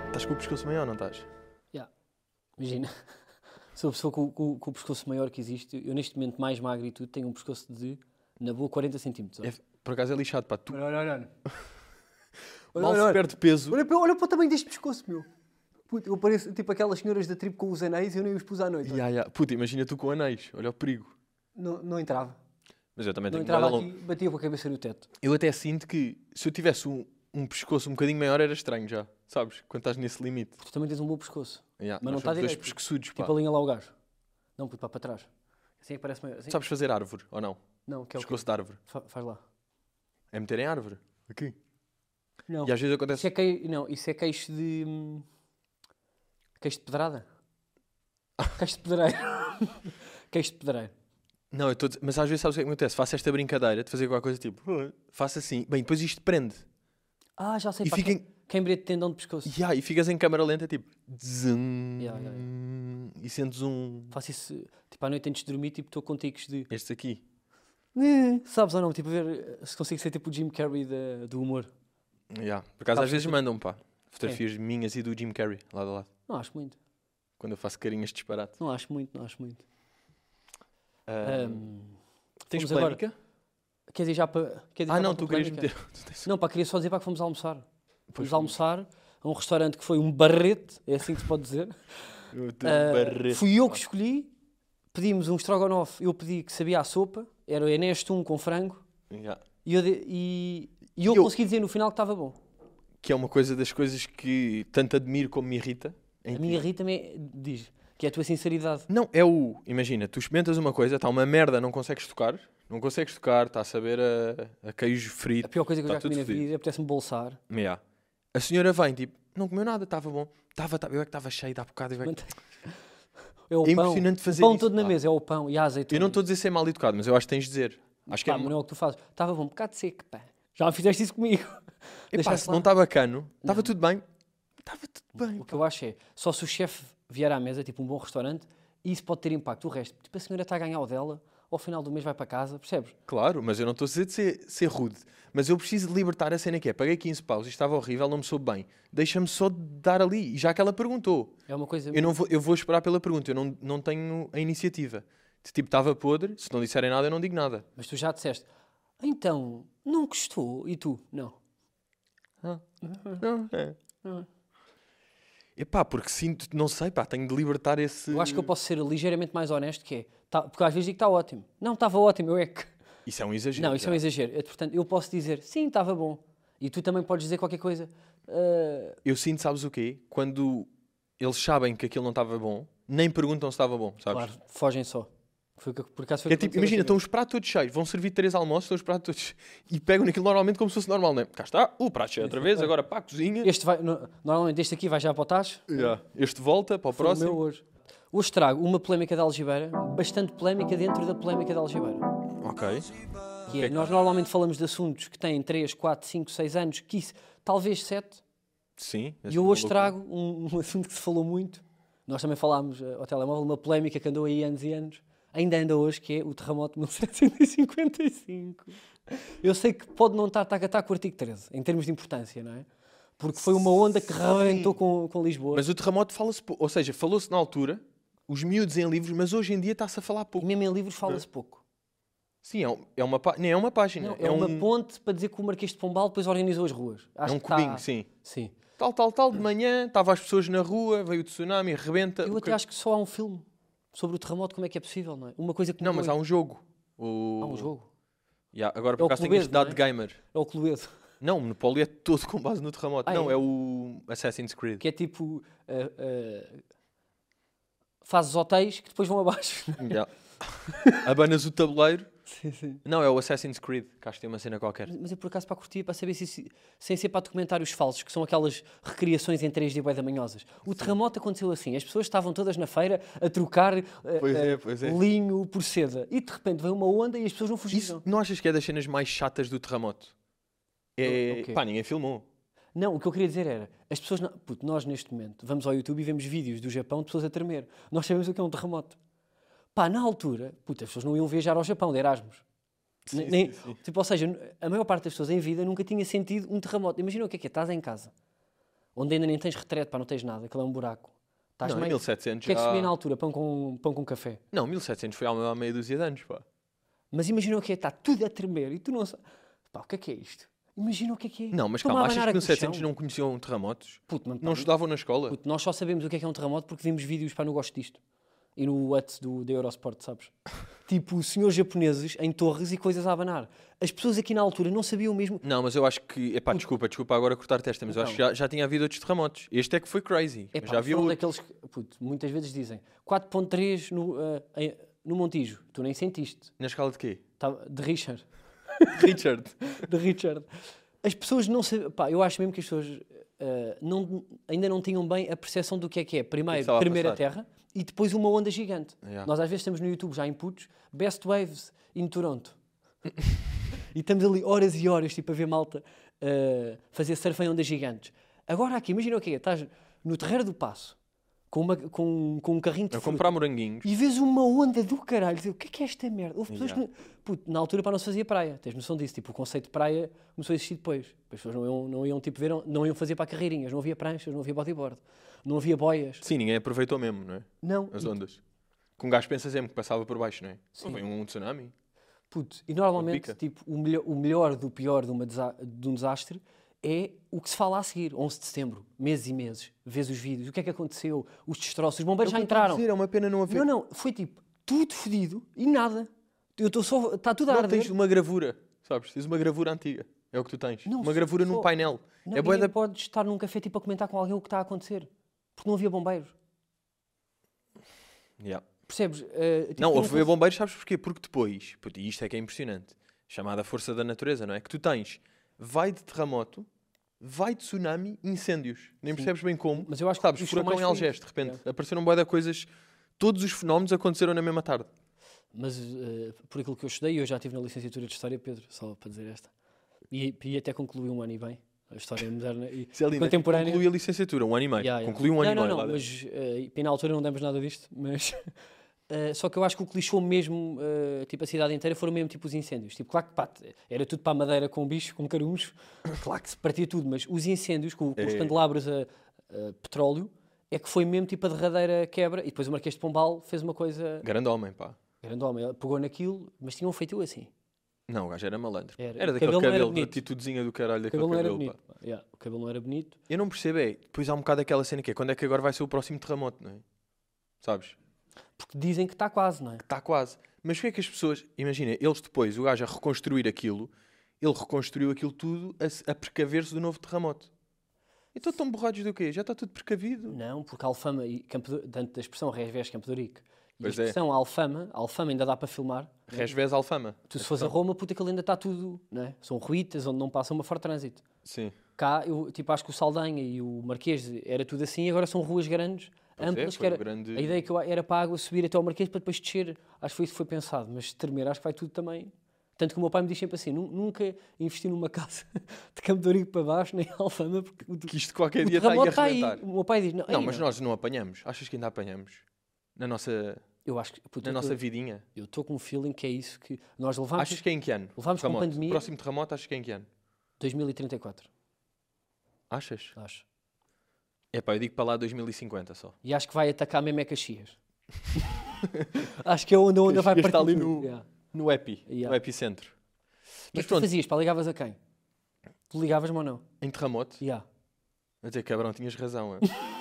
Estás com o pescoço maior, não estás? Yeah. Imagina, sou a pessoa com o pescoço maior que existe. Eu, neste momento, mais magro e tudo, tenho um pescoço de, na boa, 40 centímetros. Por acaso é lixado, pá. Tu Olha. mal se perde peso. Olha para o tamanho deste pescoço, meu. Puto, eu pareço tipo aquelas senhoras da tribo com os anéis e eu nem os pus à noite. Puta, imagina tu com anéis. Olha o perigo. Não entrava. Mas eu também Não tenho entrava bué da aqui, batia com a cabeça no teto. Eu até sinto que se eu tivesse um pescoço um bocadinho maior era estranho já. Sabes? Quando estás nesse limite. Tu também tens um bom pescoço. Mas não nós está somos dois direito. pescoçudos, pá. Tipo, alinha lá o gajo. Não, puto, para trás. Assim é que parece maior. Assim? Sabes fazer árvore, ou não? Não, que é o quê? Pescoço de árvore. Faz lá. É meter em árvore. Aqui. Não. E às vezes acontece... Isso é queixo de... Queixo de pedrada. Queixo de pedreiro. Queixo de pedreiro. Não, eu estou a dizer... Mas às vezes sabes o que acontece? Faço esta brincadeira de fazer qualquer coisa tipo... Faço assim. Bem, depois isto prende. Já sei. E fica Queimbrei de tendão de pescoço. E ficas em câmara lenta, tipo... Yeah. E sentes um... Faço isso, tipo, à noite antes de dormir, tipo, estou com tiques de... Estes aqui. Sabes ou não? Tipo, a ver se consigo ser tipo o Jim Carrey do humor. Por acaso às vezes mandam, pá. Fotografias minhas e do Jim Carrey, lado a lado. Não acho muito. Quando eu faço carinhas de disparate. Não acho muito. Tens Fomos polémica? Agora, quer dizer, já para... Não, tu querias meter... Não, pá, queria só dizer para que fomos almoçar. Fomos almoçar a um restaurante que foi um barrete, é assim que se pode dizer. Fui eu que escolhi, pedimos um estrogonofe, eu pedi que sabia a sopa, era o Enés Tum com frango, e eu consegui dizer no final que estava bom. Que é uma coisa das coisas que tanto admiro como me irrita. A minha irrita-me diz que é a tua sinceridade. Não, imagina, tu experimentas uma coisa, está uma merda, não consegues tocar, está a saber a queijo frito. A pior coisa que eu já comi na fedido. vida, apetece-me bolsar. A senhora vem, tipo, não comeu nada, estava bom. Eu é que estava cheio, há bocado. É o É pão. impressionante fazer o pão isso, todo na pá. mesa, é o pão e a azeitona. Eu não estou a dizer ser mal educado, mas eu acho que tens de dizer. Acho que Mas não é o que tu fazes. Estava bom, um bocado seco, pá. Já fizeste isso comigo. Se não está bacano, estava tudo bem. Estava tudo bem. O que eu acho é, só se o chefe vier à mesa, tipo um bom restaurante, isso pode ter impacto. O resto, tipo, a senhora está a ganhar o dela, ao final do mês vai para casa, percebes? Claro, mas eu não estou a dizer de ser rude. Mas eu preciso de libertar a cena que é. Paguei 15 paus e estava horrível, não me soube bem. Deixa-me só dar ali. E já que ela perguntou. É uma coisa... Eu vou esperar pela pergunta. Eu não tenho a iniciativa. Tipo, estava podre. Se não disserem nada, eu não digo nada. Mas tu já disseste, então, não gostou? E tu? Não. Não, é. Epá, porque sinto, não sei, pá, tenho de libertar esse... Eu acho que eu posso ser ligeiramente mais honesto, que é... porque às vezes digo que está ótimo. Não, estava ótimo, eu é que... Isso é um exagero. Não, isso é um exagero. Portanto, eu posso dizer, sim, estava bom. E tu também podes dizer qualquer coisa. Eu sinto, sabes o quê? Quando eles sabem que aquilo não estava bom, nem perguntam se estava bom, sabes? Claro, fogem só. Por acaso foi É tipo, imagina, estão os pratos todos cheios, vão servir 3 almoços, estão os pratos todos... E pegam naquilo normalmente como se fosse normal, não é? Cá está, o prato cheio outra vez, agora para a cozinha. Normalmente este aqui vai já para o tacho. Este volta para o Foi o próximo. meu hoje. Hoje trago uma polémica de algibeira, bastante polémica dentro da polémica de algibeira. Ok. Que é, nós normalmente falamos de assuntos que têm 3, 4, 5, 6 anos, talvez 7. Sim. E eu hoje trago um assunto que se falou muito. Nós também falámos ao telemóvel, uma polémica que andou aí anos e anos. Ainda anda hoje, que é o terremoto de 1755. Eu sei que pode não estar tac-a-tac com o artigo 13, em termos de importância, não é? Porque foi uma onda que rebentou com Lisboa. Mas o terremoto fala-se pouco. Ou seja, falou-se na altura, os miúdos em livros, mas hoje em dia está-se a falar pouco. E mesmo em livros fala-se pouco. Sim, nem é uma página. Não, é uma ponte para dizer que o Marquês de Pombal depois organizou as ruas. É um cubinho, sim. Sim. Tal, de manhã, estavam as pessoas na rua, veio o tsunami, rebenta... Eu até acho que só há um filme sobre o terremoto, como é que é possível, não é? Uma coisa que não, mas há um jogo. Há um jogo? Agora, por acaso, tenho este dado de gamer. É o Cluedo. Não, o Monopólio é todo com base no terremoto. Não, é o Assassin's Creed. Que é tipo... fazes hotéis que depois vão abaixo. Abanas o tabuleiro. Sim. Não, é o Assassin's Creed, que acho que tem uma cena qualquer. Mas eu por acaso para curtir, para saber se sem ser para documentários falsos, que são aquelas recriações em 3D bué da manhosas. O terremoto aconteceu assim, as pessoas estavam todas na feira a trocar linho por seda. E de repente veio uma onda e as pessoas não fugiram. Isso, não achas que é das cenas mais chatas do terremoto? Pá, ninguém filmou. Não, o que eu queria dizer era, as pessoas, nós neste momento vamos ao YouTube e vemos vídeos do Japão de pessoas a tremer. Nós sabemos o que é um terremoto. Pá, na altura, as pessoas não iam viajar ao Japão de Erasmus. Sim. Tipo, ou seja, a maior parte das pessoas em vida nunca tinha sentido um terremoto. Imagina o que é, estás em casa. onde ainda nem tens retrete, pá, não tens nada, aquilo é um buraco. Estás Não, em meio... 1700 O que é que se já... comia na altura? Pão com café. Não, 1700 foi há meia dúzia de anos, pá. Mas imagina o que é, está tudo a tremer e tu não sabes. Pá, o que é isto? Imagina o que é. Não, mas Estão-me calma, a achas abanar que aqui no 1700 chão. não conheciam terremotos? Puto, mano, Não estudavam na escola? puto, nós só sabemos o que é um terremoto porque vimos vídeos para no Gosto Disto. E no Whats da Eurosport, sabes? Tipo, senhores japoneses em torres e coisas a abanar. As pessoas aqui na altura não sabiam mesmo. Não, mas eu acho que... Epá, desculpa agora cortar testa, mas eu acho que já tinha havido outros terremotos. Este é que foi crazy. Epá, Já havia foram outro. daqueles que, puto, muitas vezes dizem 4.3 no Montijo. Tu nem sentiste. Na escala de quê? De Richard. Richard. De Richard. As pessoas não sabiam. Pá, eu acho mesmo que as pessoas ainda não tinham bem a percepção do que é. Primeiro, estava a primeira passar. terra e depois uma onda gigante. Yeah. Nós às vezes temos no YouTube já inputs Best Waves in Toronto. E estamos ali horas e horas tipo, a ver malta fazer surf em ondas gigantes. Agora aqui, imagina o que é. Estás no Terreiro do Passo com um carrinho de A fruta. comprar moranguinhos. E vês uma onda do caralho. Dizer, o que é esta merda? Houve pessoas Yeah. que... Puto, na altura para não se fazia praia. Tens noção disso? Tipo, o conceito de praia começou a existir depois. As pessoas não iam tipo, não iam fazer para carreirinhas. Não havia pranchas, não havia bodyboard. Não havia boias. Sim, ninguém aproveitou mesmo, não é? Não. As ondas. Que um gajo pensa sempre que passava por baixo, não é? Sim. Não foi um tsunami. Puto, e normalmente, pica. tipo, o melhor do pior de um desastre é o que se fala a seguir. 11 de setembro, meses e meses. Vês os vídeos. O que é que aconteceu? Os destroços. Os bombeiros já entraram. É uma pena não haver. Não. Foi tipo, tudo fodido e nada. Eu estou só... Está tudo a Não, arder. tens uma gravura, sabes? Tens uma gravura antiga. É o que tu tens. Não, uma gravura só- num painel. Não, É bué ninguém da... pode estar num café tipo a comentar com alguém o que está a acontecer. Porque não havia bombeiros. Yeah. Percebes? Tipo, Não, eu houve bombeiros, sabes porquê? Porque depois, puto, e isto é que é impressionante, chamada força da natureza, não é? Que tu tens, vai de terremoto, vai de tsunami, incêndios. Nem percebes bem como. Mas eu acho que sabes, puxou furacão mais em foi Algés, isso. de repente. Apareceram bué de coisas. Todos os fenómenos aconteceram na mesma tarde. Mas por aquilo que eu estudei, eu já estive na licenciatura de História, Pedro, só para dizer esta. E até concluí um ano e bem. A história moderna e Isso é lindo. contemporânea. Concluí a licenciatura, um ano e meio. Yeah, yeah. Concluí um ano e meio. Não, lá dentro. mas e na altura não demos nada disto, mas só que eu acho que o que lixou mesmo tipo, a cidade inteira foram mesmo tipo os incêndios. Tipo, claro que pá, era tudo para a madeira com bicho, com carunhos, claro que se partia tudo, mas os incêndios com os candelabros a petróleo é que foi mesmo tipo a derradeira quebra. E depois o Marquês de Pombal fez uma coisa. Grande homem, pá. Grande homem, ele pegou naquilo, mas tinha um feitio assim. Não, o gajo era malandro. Era. Era O daquele cabelo não era cabelo, da bonito. atitudezinha do caralho O daquele cabelo não era cabelo, bonito. pá. Pá. Yeah, o cabelo não era bonito. Eu não percebo, depois há um bocado aquela cena que é, quando é que agora vai ser o próximo terremoto, não é? Sabes? Porque dizem que está quase, não é? Está quase. Mas o que é que as pessoas... Imagina, eles depois, o gajo a reconstruir aquilo, ele reconstruiu aquilo tudo a precaver-se do novo terremoto. Então estão borrados do quê? Já está tudo precavido. Não, porque a Alfama, dentro da expressão Resvés Campo de Ourique, e a Pois é. expressão Alfama ainda dá para filmar. Resvés Alfama. Tu se fores a Roma, puta que ali ainda está tudo, não é? São ruítas onde não passa uma forte trânsito. Sim. Cá, eu tipo, acho que o Saldanha e o Marquês era tudo assim, agora são ruas grandes, Pois amplas, foi que era... o grande- A ideia que era para a água subir até ao Marquês para depois descer. Acho que foi isso que foi pensado, mas se tremer, acho que vai tudo também... Tanto que o meu pai me diz sempre assim, nunca investi numa casa de Campo de Ourique para baixo, nem Alfama, porque Que isto qualquer o dia está aí a terremoto está aí. arrebentar. O meu pai diz, Não, "Ei, mas nós não apanhamos. Achas que ainda apanhamos? Na nossa Eu acho que... puta, na nossa vidinha? eu estou com um feeling que é isso que nós levamos Achas que é em que ano? Levámos com Terremoto. pandemia. O próximo terremoto achas que é em que ano? 2034, Achas? acho. Epá, eu digo para lá 2050 só. E acho que vai atacar mesmo é Caxias. Acho que é onde a onda vai Caxias partir está ali tudo. no- Yeah. No EPI. Yeah. No epicentro. O que é Mas que tu pronto, fazias? Pá, ligavas a quem? Tu ligavas-me ou não? em terremoto, Yeah. a dizer, cabrão, tinhas razão.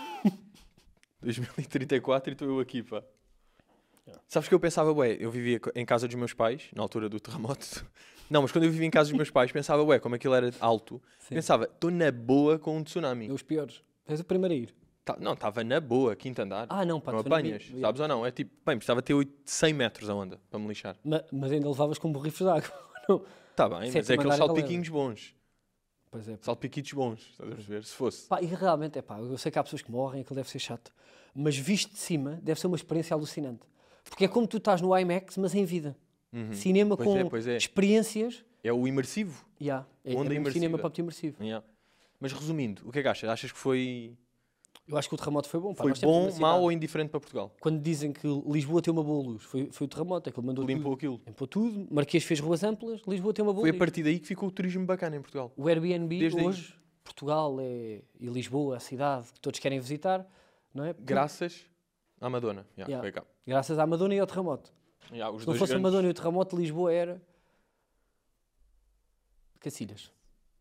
2034 e estou eu aqui, pá. Yeah. Sabes que eu pensava, ué, eu vivia em casa dos meus pais, na altura do terremoto. Não, mas quando eu vivia em casa dos meus pais, pensava, ué, como aquilo era alto, Sim. pensava, estou na boa com um tsunami. É os piores. És o primeiro a ir. Não, estava na boa, quinto andar. Ah, não, pá. Não tu não apanhas, vi- sabes ou não? É tipo, bem, precisava ter 100 metros a onda para me lixar. Mas ainda levavas com borrifos de água. Não. Está bem, mas é Sétimo aqueles andar é salpiquinhos bons. Pois é. Salpiquitos bons, estás a perceber? Se fosse. Pá, e realmente, é pá, eu sei que há pessoas que morrem, aquilo deve ser chato. Mas visto de cima, deve ser uma experiência alucinante. Porque é como tu estás no IMAX, mas em vida. Uhum. Cinema Pois com é, pois é. experiência. É o imersivo. Yeah. É Onda mesmo cinema imersiva. para muito imersivo. Yeah. Mas resumindo, o que é que achas? Achas que foi, Eu acho que o terremoto foi bom. Pá. foi Nós temos uma bom, cidade- mau ou indiferente para Portugal? Quando dizem que Lisboa tem uma boa luz, foi o terremoto, é que ele mandou Limpou tudo. aquilo. Limpou tudo. Marquês fez ruas amplas, Lisboa tem uma boa Foi a luz. partir daí que ficou o turismo bacana em Portugal. O Airbnb Desde aí. hoje, Portugal e Lisboa, a cidade que todos querem visitar, não é? Graças à Madonna. Yeah. Foi cá. Graças à Madonna e ao terremoto. Os Se não dois fosse a grandes- Madonna e o terremoto, Lisboa era Cacilhas.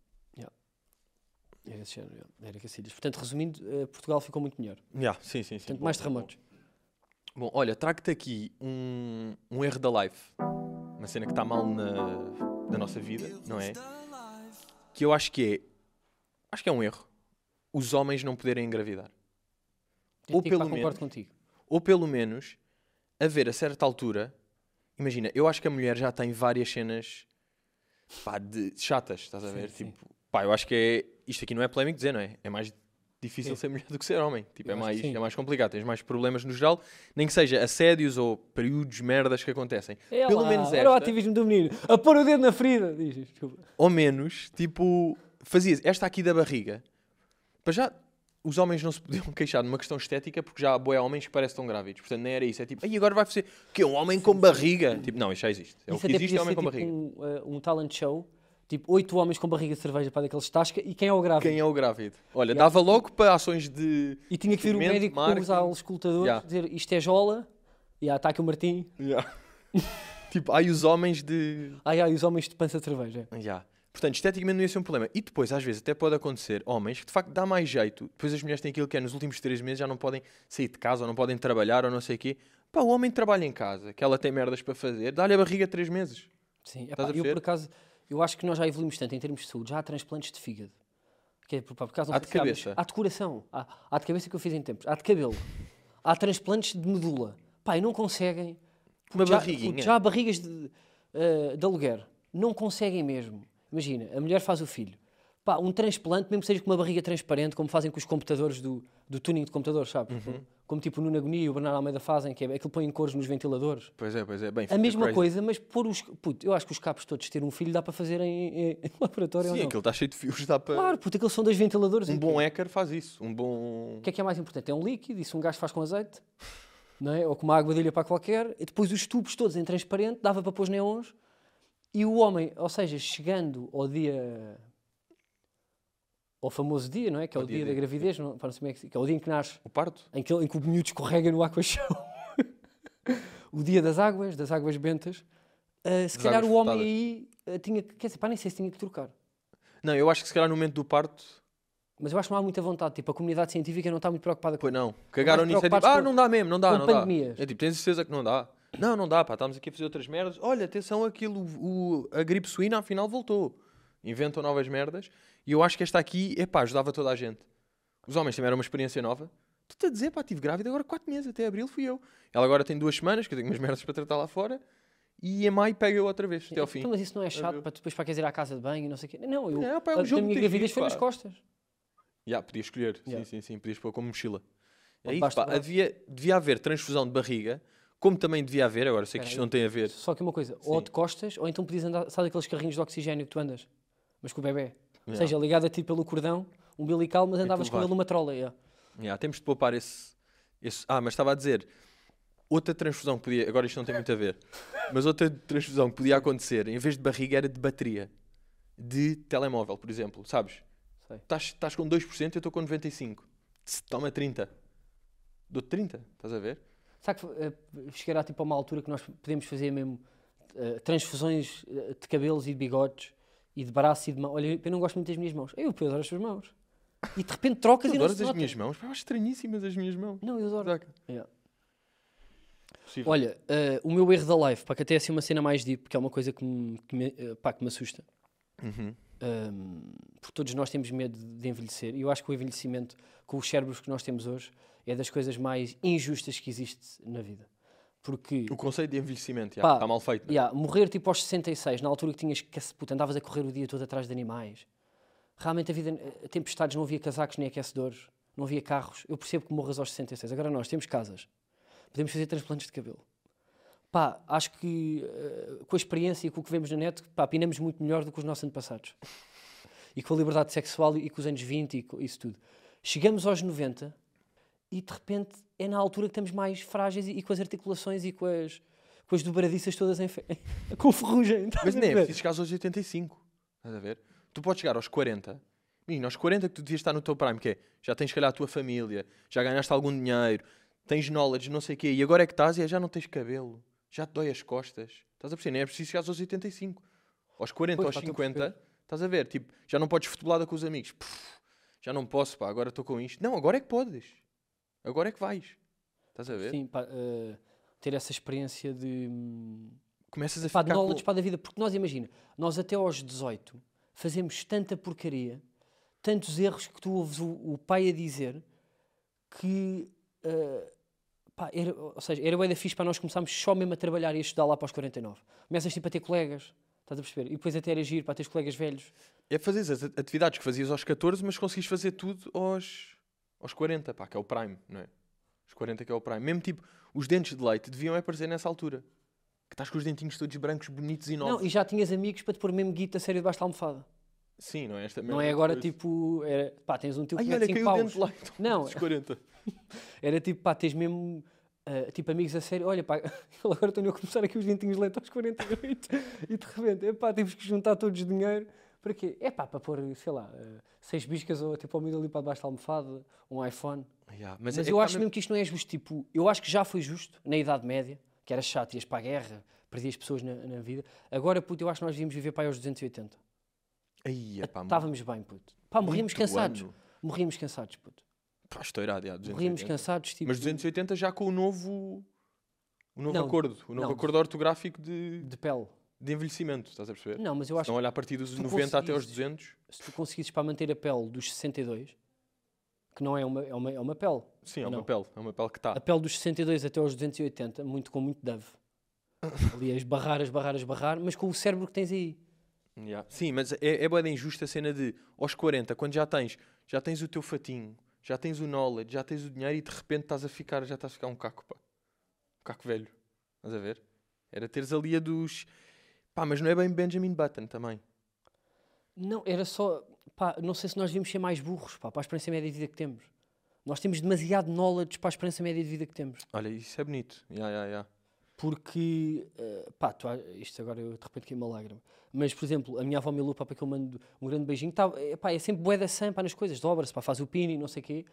Era esse género, era Cacilhas. Portanto, resumindo, Portugal ficou muito melhor. Sim. Portanto, Bom, mais bom, terremotos. Bom, olha, trago-te aqui um erro da life. Uma cena que está mal na nossa vida, não é? Que eu acho que é um erro. Os homens não poderem engravidar. Ou Concordo contigo. Ou pelo menos, haver a certa altura... Imagina, eu acho que a mulher já tem várias cenas de chatas, estás a ver? Sim. Tipo, eu acho que é... Isto aqui não é polémico dizer, não é? É mais difícil ser mulher do que ser homem. Tipo, é mais complicado. Tens mais problemas no geral. Nem que seja assédios ou períodos merdas que acontecem. Pelo menos era o esta... ativismo do menino. A pôr o dedo na ferida. Desculpa. Ou menos, tipo... Fazias esta aqui da barriga. Para já... Os homens não se podiam queixar de uma questão estética porque já há bué homens que parecem tão grávidos. Portanto, nem era isso. É tipo, aí agora vai fazer... O quê? Um homem com barriga? Tipo, não, isso já existe. É o Isso que até existe, é podia homem ser com barriga. um talent show. Tipo, 8 homens com barriga de cerveja para daqueles tasca e quem é o grávido? Quem é o grávido? Olha, dava logo para ações de... E tinha que vir o segmento, médico com os marketing. auscultadores dizer isto é jola. Está aqui o Martim. Tipo, ai os homens de... Ai, os homens de pança de cerveja. Portanto, esteticamente não ia ser um problema. E depois, às vezes, até pode acontecer homens que de facto dá mais jeito. Depois as mulheres têm aquilo que é nos últimos 3 meses já não podem sair de casa ou não podem trabalhar ou não sei o quê. O homem trabalha em casa, que ela tem merdas para fazer, dá-lhe a barriga 3 meses. Sim, Estás a eu ver? por acaso, eu acho que nós já evoluímos tanto em termos de saúde. Já há transplantes de fígado. Que é, por acaso, não Há sei de se cabeça. Há de coração. Há de cabeça que eu fiz em tempos. Há de cabelo. Há transplantes de medula. E não conseguem. Uma Já- barriguinha. Já há barrigas de aluguer. Não conseguem mesmo. Imagina, a mulher faz o filho. Um transplante, mesmo que seja com uma barriga transparente, como fazem com os computadores do tuning de computadores, sabes? Como tipo o Nuno Agonia e o Bernardo Almeida fazem, que é aquilo põe em cores nos ventiladores. Pois é. Bem, A fica mesma crazy. coisa, mas pôr os... eu acho que os cabos todos de ter um filho dá para fazer em laboratório ou Sim, não? aquilo está cheio de fios, dá para... Claro, porque aqueles são 2 ventiladores. Um bom hacker faz isso. Um bom... O que é mais importante? É um líquido, isso um gajo faz com azeite, não é? Ou com uma água de ilha para qualquer, e depois os tubos todos em transparente, dava para pôr neons, e o homem, ou seja, chegando ao dia... ao famoso dia, não é? Que é o dia da gravidez, não sei como é que é o dia em que nasce, O parto? em que o miúdo escorrega no aquachão. O dia das águas bentas. Se calhar águas o homem furtadas. aí tinha que... Quer dizer, nem sei se tinha que trocar. Não, eu acho que se calhar no momento do parto... Mas eu acho que não há muita vontade. Tipo, a comunidade científica não está muito preocupada com... Pois não. Cagaram mais nisso. É tipo, preocupados não dá mesmo, não dá. com pandemias. É tipo, tens certeza que não dá? Não dá, estamos aqui a fazer outras merdas. Olha, atenção, a gripe suína afinal voltou. Inventam novas merdas. E eu acho que esta aqui, ajudava toda a gente. Os homens também era uma experiência nova. Tu-te a dizer, estive grávida agora 4 meses, até abril fui eu. Ela agora tem 2 semanas, que eu tenho umas merdas para tratar lá fora. E em maio pega eu outra vez, até ao fim. Então, mas isso não é chato para depois queres ir à casa de banho e não sei o quê? Não, é um jogo a minha de gravidez giro, foi pá. nas costas. Podia escolher. Sim. Podias pôr como mochila. É isso, debaixo do pá. braço. Devia haver transfusão de barriga, como também devia haver, agora sei que isto Espera aí. não tem a ver. Só que uma coisa, ou de costas, ou então podias andar, sabe aqueles carrinhos de oxigénio que tu andas, mas com o bebê. Ou seja, ligado a ti pelo cordão, umbilical, mas andavas com ele numa trola. Temos de poupar esse... mas estava a dizer, outra transfusão que podia... Agora isto não tem muito a ver. Mas outra transfusão que podia acontecer, em vez de barriga, era de bateria. De telemóvel, por exemplo. Sabes? Estás com 2%, eu estou com 95%. Toma 30%. Dou-te 30%. Estás a ver? Sabe que chegará tipo a uma altura que nós podemos fazer mesmo transfusões de cabelos e de bigodes e de braço e de mão. Olha, eu não gosto muito das minhas mãos. Eu adoro as suas mãos. E de repente trocas Tu e não adoras se as nota. minhas mãos? Eu acho estranhíssimas as minhas mãos. Não, eu adoro. Saca? Possível. Olha, o meu erro da life, para que até é assim uma cena mais deep, porque é uma coisa que me assusta. Porque todos nós temos medo de envelhecer e eu acho que o envelhecimento com os cérebros que nós temos hoje é das coisas mais injustas que existe na vida. Porque O conceito de envelhecimento está mal feito. Não é? morrer tipo aos 66, na altura que tinhas que andavas a correr o dia todo atrás de animais. Realmente a vida, a tempestades, não havia casacos nem aquecedores, não havia carros. Eu percebo que morras aos 66. Agora nós temos casas, podemos fazer transplantes de cabelo. Acho que com a experiência e com o que vemos na net, pinamos muito melhor do que os nossos antepassados. E com a liberdade sexual e com os anos 20 e com isso tudo. Chegamos aos 90 e de repente é na altura que estamos mais frágeis e com as articulações e com as dobradiças todas com ferrugem. Mas nem é preciso chegar aos 85. Estás a ver? Tu podes chegar aos 40, E aos 40 que tu devias estar no teu prime, que é, já tens, se calhar, a tua família, já ganhaste algum dinheiro, tens knowledge, não sei o quê, e agora é que estás e já não tens cabelo, já te dói as costas. Estás a perceber? Nem é preciso chegar aos 85. Aos 40, Pois, aos pá, estou a 50, estás a ver? Tipo, já não podes futebolada com os amigos. Já não posso, pá, agora estou com isto. Não, agora é que podes. Agora é que vais. Estás a ver? Sim, pá, ter essa experiência de... Começas a Pá, de ficar knowledge para da vida. Porque nós, imagina, nós até aos 18 fazemos tanta porcaria, tantos erros que tu ouves o pai a dizer que... pá, ou seja, era bué da fixe para nós começarmos só mesmo a trabalhar e a estudar lá para os 49. Começas tipo a ter colegas, estás a perceber? E depois até era giro para teres colegas velhos. É fazer as atividades que fazias aos 14, mas conseguis fazer tudo aos 40, pá, que é o prime, não é? Os 40 que é o prime. Mesmo tipo, os dentes de leite deviam aparecer nessa altura. Que estás com os dentinhos todos brancos, bonitos e novos. Não, e já tinhas amigos para te pôr mesmo guita sério debaixo da almofada. Sim, não é esta Não é agora tipo... Pá, tens um tio que Ai, mete olha, 5 caiu o dente paus. de leite. Não. Dos 40. Era tipo, pá, tens mesmo... tipo, amigos a sério, olha pá, agora estou a começar aqui os dentinhos de leite aos 48 e de repente, epá, temos que juntar todos dinheiro. Para quê? É pá, para pôr, sei lá, 6 biscas ou tipo ao meio ali para debaixo da almofada, um iPhone. Mas eu acho mesmo que isto não é justo. Tipo, eu acho que já foi justo na Idade Média, que era chato, ias para a guerra, perdias pessoas na vida. Agora, puto, eu acho que nós devíamos viver para aí aos 280. Aí, pá, estávamos bem, puto. Pá, morríamos muito cansados. ano. Morríamos cansados, puto. Pá, estourado, já, 280. Morríamos cansados, tipo... Mas 280 já com o novo Não, acordo. O novo não. acordo ortográfico de pele. envelhecimento, estás a perceber? Não, mas eu acho Não olhar a partir dos se tu 90 até aos conseguisses- 200. se tu conseguisses para manter a pele dos 62, que não é uma pele. Sim, é ou uma não? pele. É uma pele que está. A pele dos 62 até aos 280, com muito dove. Ali a esbarrar, mas com o cérebro que tens aí. Yeah. Sim, mas é bué da injusta a cena de aos 40, quando já tens o teu fatinho, já tens o knowledge, já tens o dinheiro e de repente já estás a ficar um caco, pá. Um caco velho. Estás a ver? Era teres ali a dos... Pá, mas não é bem Benjamin Button também. Não, era só... Pá, não sei se nós devíamos ser mais burros, pá, para a experiência média de vida que temos. Nós temos demasiado knowledge para a experiência média de vida que temos. Olha, isso é bonito. Yeah. Porque, pá, isto agora eu de repente queimo uma lágrima. Mas, por exemplo, a minha avó Milu, pá, para que eu mando um grande beijinho, tá, pá, é sempre bué da sã, pá, nas coisas, dobra-se, pá, faz o pino e não sei o quê.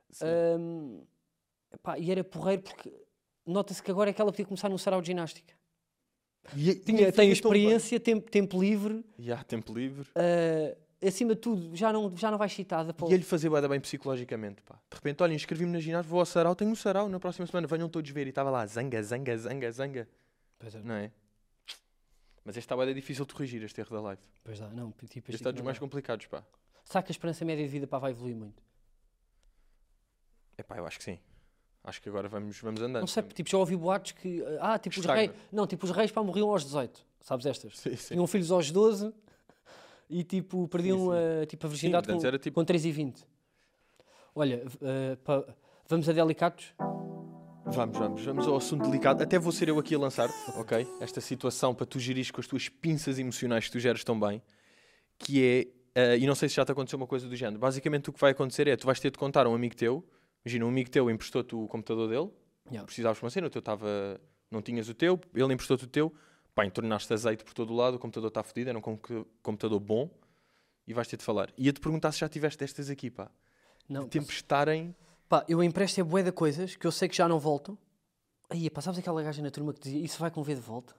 Pá, e era porreiro porque nota-se que agora é que ela podia começar num sarau de ginástica. Tem experiência, tempo livre. Tempo livre. Acima de tudo, já não vai excitada. E ele fazer bué da bem psicologicamente, pá. De repente, olha, inscrevi-me na ginásio, vou ao sarau, tenho um sarau na próxima semana, venham todos ver. E estava lá, zanga. Pois é. Não é? Mas este está difícil de corrigir, este erro da live. Pois dá, não, tipo, Este está dos mais complicados, pá. Sabe que a esperança média de vida, pá, vai evoluir muito? É pá, eu acho que sim. Acho que agora vamos andando. Não sei, tipo, já ouvi boatos que... tipo os reis... Não, tipo, os reis, pá, morriam aos 18. Sabes estas? Sim. Tinham filhos aos 12 e, tipo, perdiam tipo, a virgindade com 3 e 20. Olha, vamos a delicados? Vamos ao assunto delicado. Até vou ser eu aqui a lançar, ok? Esta situação para tu gerires com as tuas pinças emocionais que tu geres tão bem. Que é... e não sei se já te aconteceu uma coisa do género. Basicamente o que vai acontecer é, tu vais ter de contar a um amigo teu. Imagina, um amigo teu emprestou-te o computador dele. Precisavas de uma cena, o teu estava... Não tinhas o teu, ele emprestou-te o teu. Pá, entornaste azeite por todo o lado, o computador está fodido, era um computador bom. E vais ter de falar. Ia-te perguntar se já tiveste destas aqui, pá. Não, de te emprestarem... Pá, eu empresto a bué de coisas que eu sei que já não voltam. Aí, pá, sabes aquela gaja na turma que dizia isso vai com V de volta?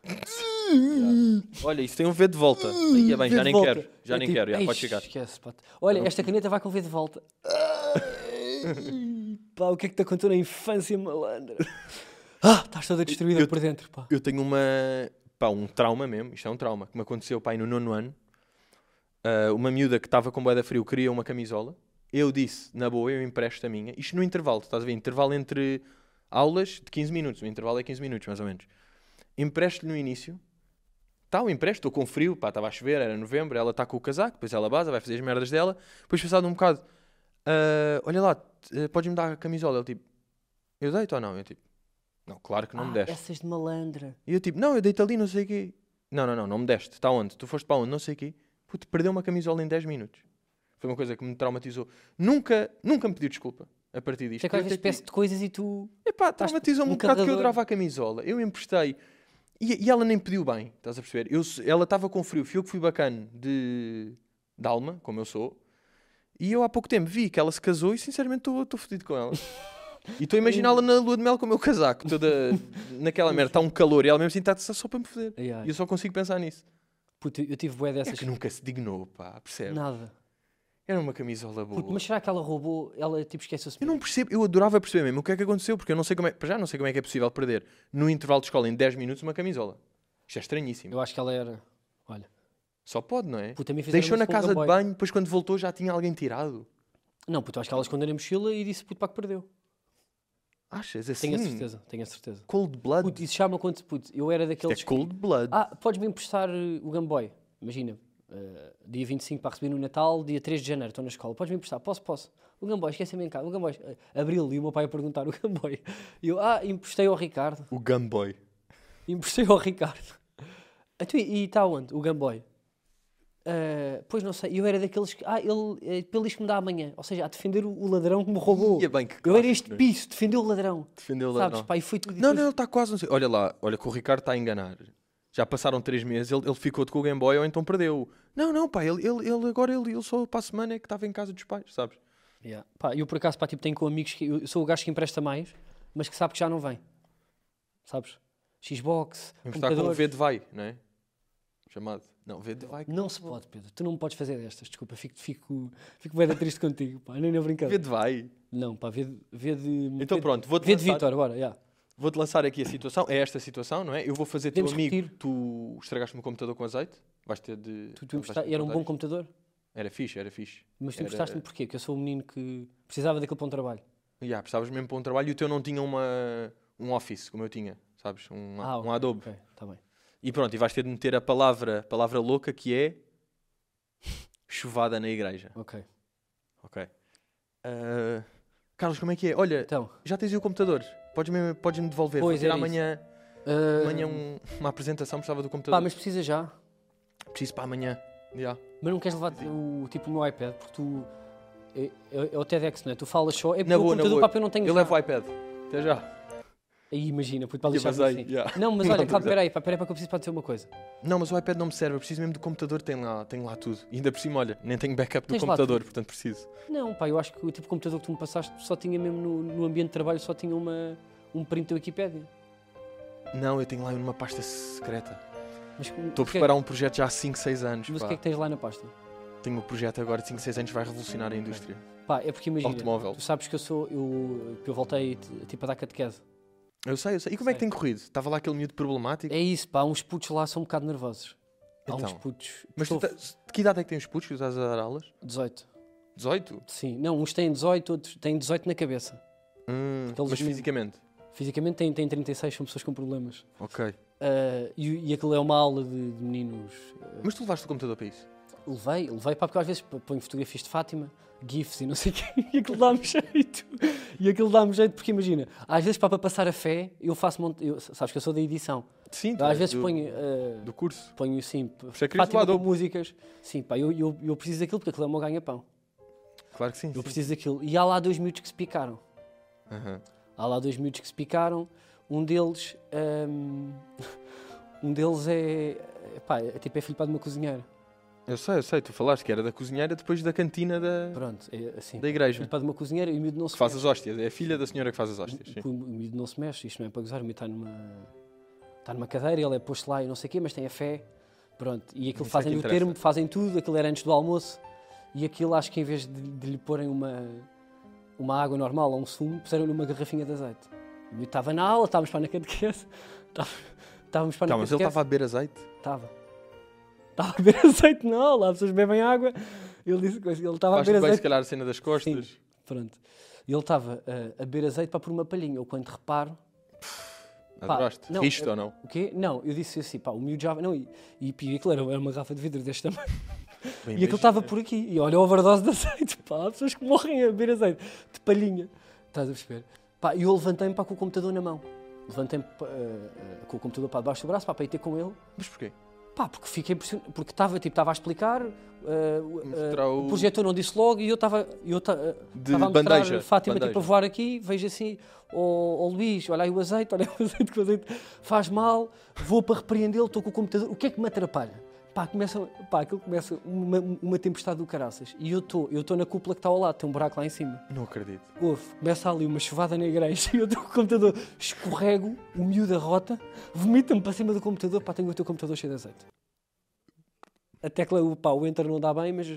Olha, isso tem um V de volta. Aí, bem, já nem quero. Já nem quero, já pode chegar. Esquece, pá. Olha, esta caneta vai com V de volta. Pá, o que é que te aconteceu na infância, malandra? Estás toda destruída por dentro, pá. Eu tenho um trauma mesmo, isto é um trauma, que me aconteceu, pá, no 9º ano. Uma miúda que estava com bué de frio queria uma camisola. Eu disse, na boa, eu empresto a minha. Isto no intervalo, estás a ver? Intervalo entre aulas de 15 minutos. O intervalo é 15 minutos, mais ou menos. Empresto-lhe no início. Eu empresto, estou com frio, pá, estava a chover, era novembro, ela está com o casaco, depois ela basa, vai fazer as merdas dela. Depois, passado um bocado, olha lá, podes-me dar a camisola? Ele tipo, eu deito ou não? Eu tipo, não, claro que não me deste. Essas de malandra. E eu tipo, não, eu deito ali, não sei o quê. Não me deste. Está onde? Tu foste para onde? Não sei o quê. Puto, perdeu uma camisola em 10 minutos. Foi uma coisa que me traumatizou. Nunca me pediu desculpa a partir disto. É que às vezes peço de coisas e tu... Epá, traumatizou-me um bocado que eu adorava a camisola. Eu emprestei. E ela nem pediu bem, estás a perceber? Ela estava com frio. Fui eu que fui bacana de alma, como eu sou. E eu há pouco tempo vi que ela se casou e sinceramente estou fodido com ela. E estou a imaginá-la na lua de mel com o meu casaco, toda naquela merda, está um calor e ela mesmo assim está só para me foder. Yeah. E eu só consigo pensar nisso. Puto, eu tive bué É dessas. que nunca se dignou, pá, percebe? Nada. Era uma camisola boa. Puto, mas será que ela roubou? Ela tipo esqueceu-se. Eu não percebo, eu adorava perceber mesmo o que é que aconteceu, porque eu não sei como é, para já não sei como é que é possível perder no intervalo de escola em 10 minutos uma camisola. Isto é estranhíssimo. Eu acho que ela era. Olha. Só pode, não é? Puto, a mim fizeram Deixou isso na com o casa de Gamboy. banho, depois quando voltou já tinha alguém tirado. Não, puto, eu acho que ela escondeu na mochila e disse puto para que perdeu. Achas assim? Tenho a certeza, tenho a certeza. Cold blood? Puto, isso chama quando puto, eu era Isto daqueles. é cold blood. Podes-me emprestar o Gamboy. Imagina, dia 25 para receber no Natal, dia 3 de janeiro, estou na escola. Podes-me emprestar? Posso. O Gamboy, esqueci-me em casa. O Gamboy, abril, e o meu pai a perguntar o Gamboy. E eu, emprestei ao Ricardo. O Gamboy. Emprestei ao Ricardo. Então, e está onde? O Gamboy. Pois não sei, eu era daqueles que. Ele diz que me dá amanhã. Ou seja, a defender o ladrão que me roubou. Ia bem, que Eu era clássico, este não é? piso, defender o ladrão. Defendeu o Sabes, ladrão. pá, e foi tudo. E Não, depois- ele está quase, não sei. Olha lá, olha que o Ricardo está a enganar. Já passaram 3 meses, ele ficou com o Game Boy ou então perdeu. Não, pá, ele agora ele só para a semana é que estava em casa dos pais, sabes? Yeah. Pá, eu por acaso pá, tipo, tenho com amigos que eu sou o gajo que empresta mais, mas que sabe que já não vem. Sabes? Xbox, Vamos estar com o computador. V de vai, não é? Chamado. Não, V de vai. Não se pode, Pedro. Tu não me podes fazer destas. Desculpa, fico bem triste contigo. Pá, nem na V brincadeira. de vai. Não, pá, vê de. Então pronto, vou-te Vê de lançar, Vitor, bora, yeah. vou-te lançar aqui a situação. É esta situação, não é? Eu vou fazer teu Podemos amigo. repetir. Tu estragaste-me o computador com azeite. Vais ter de... Tu emprestaste, era um bom computador, Era fixe, era fixe. mas tu Era- emprestaste-me porquê? Que eu sou um menino que precisava daquilo para um trabalho. Precisavas mesmo para um trabalho e o teu não tinha um Office, como eu tinha, sabes? Um Adobe. Ok, está bem. E pronto, e vais ter de meter a palavra louca que é chuvada na igreja. Ok. Ok. Carlos, como é que é? Olha, Então, já tens aí o computador. Podes-me devolver. Pois, Vou ter era amanhã, ah, uma apresentação, precisava do computador. pá, mas precisa já. Preciso para amanhã. Yeah. Mas não queres levar o meu iPad, porque tu. É o TEDx, não é? Tu falas só. É porque Na o boa, computador, pá, eu não tenho Eu já. levo o iPad. Até já. Aí imagina, puto, para Que deixar basei, assim. yeah. Não, mas olha, Não, calma, tô a peraí, para que eu preciso para dizer uma coisa. Não, mas o iPad não me serve. Eu preciso mesmo do computador. Tem lá tudo. E ainda por cima, olha, nem tenho backup do Tens lá computador, tudo? portanto preciso. Não, pá, eu acho que o tipo de computador que tu me passaste só tinha mesmo no ambiente de trabalho, só tinha um print da Wikipédia. Não, eu tenho lá numa pasta secreta. Mas, Estou a preparar um projeto já há 5, 6 anos. Mas o pá. que é que tens lá na pasta? Tenho um projeto agora de 5, 6 anos que vai revolucionar a indústria. Pá, é porque imagina, Automóvel. tu sabes que eu voltei tipo a dar catequese. Eu sei. E como é que Sei. tem corrido? Estava lá aquele miúdo problemático? É isso, pá, uns putos lá são um bocado nervosos. Há uns Então, putos. Mas tu Estou- de que idade é que têm os putos que estás a dar aulas? 18. 18? Sim, não, uns têm 18, outros têm 18 na cabeça. Porque eles Mas mesmo- fisicamente? Fisicamente têm 36, são pessoas com problemas. Ok. E aquilo é uma aula de meninos. Mas tu levaste o computador para isso? Levei pá, porque às vezes ponho fotografias de Fátima, GIFs e não sei o quê, e aquilo dá-me jeito. E aquilo dá-me jeito, porque imagina, às vezes para passar a fé, eu faço. Sabes que eu sou da edição. Sim, Às vezes ponho. do curso. Ponho sim, isso é que querias Fátima levar com Adobe. músicas. Sim, pá, eu preciso daquilo porque aquilo é o meu ganha-pão. Claro que sim. Eu sim. preciso daquilo. E há lá 2 miúdos que se picaram. Aham. Há lá 2 miúdos que se picaram. Um deles. Um deles pá, é filho pá, de uma cozinheira. Eu sei. Tu falaste que era da cozinheira depois da cantina Pronto, é assim. da igreja. Filho pá, de uma cozinheira e o miúdo não se Que faz mexe. as hóstias. É a filha da senhora que faz as hóstias. Sim. O miúdo não se mexe, isto não é para gozar, o miúdo está numa cadeira, ele é posto lá e não sei o quê, mas tem a fé. Pronto, e aquilo Isso é fazem que o interessa. termo, fazem tudo, aquilo era antes do almoço. E aquilo acho que em vez de lhe porem uma água normal ou um sumo, puseram-lhe uma garrafinha de azeite. O miúdo estava na aula, estávamos para na catequese. Estávamos para na Tá, mas ele catequese. estava a beber azeite? Estava a beber azeite na aula, as pessoas bebem água. Ele disse que ele estava a Faz beber bem, azeite. se calhar, a cena das costas. Pronto. Ele estava a beber azeite para pôr uma palhinha. Eu quando reparo, Pá, Adoraste? não, Riste ou não? o quê? Não, eu disse assim, pá, o miúdo já... Não, e aquilo era uma garrafa de vidro deste tamanho. Bem, E aquilo estava por aqui. E olha a overdose de azeite, pá. Há pessoas que morrem a beber azeite. De palhinha. Estás a perceber? Pá, e eu levantei-me pá, com o computador na mão. Levantei-me com o computador para debaixo do braço, pá, para ir ter com ele. Mas porquê? Pá, porque fiquei impressionado. Porque estava a explicar, Mostrar o projetor não disse logo e eu estava De a mostrar bandeja. Fátima bandeja. tipo a voar aqui, vejo assim, ó Luís, olha aí o azeite, que o azeite faz mal, vou para repreendê-lo, estou com o computador, o que é que me atrapalha? Pá, aquilo começa uma tempestade do caraças. E eu estou na cúpula que está ao lado, tem um buraco lá em cima. Não acredito. Começa ali uma chuvada na igreja e eu estou com o computador, escorrego, o miúdo arrota, vomita-me para cima do computador, pá, tenho o teu computador cheio de azeite. A tecla, pá, o Enter não dá bem, mas...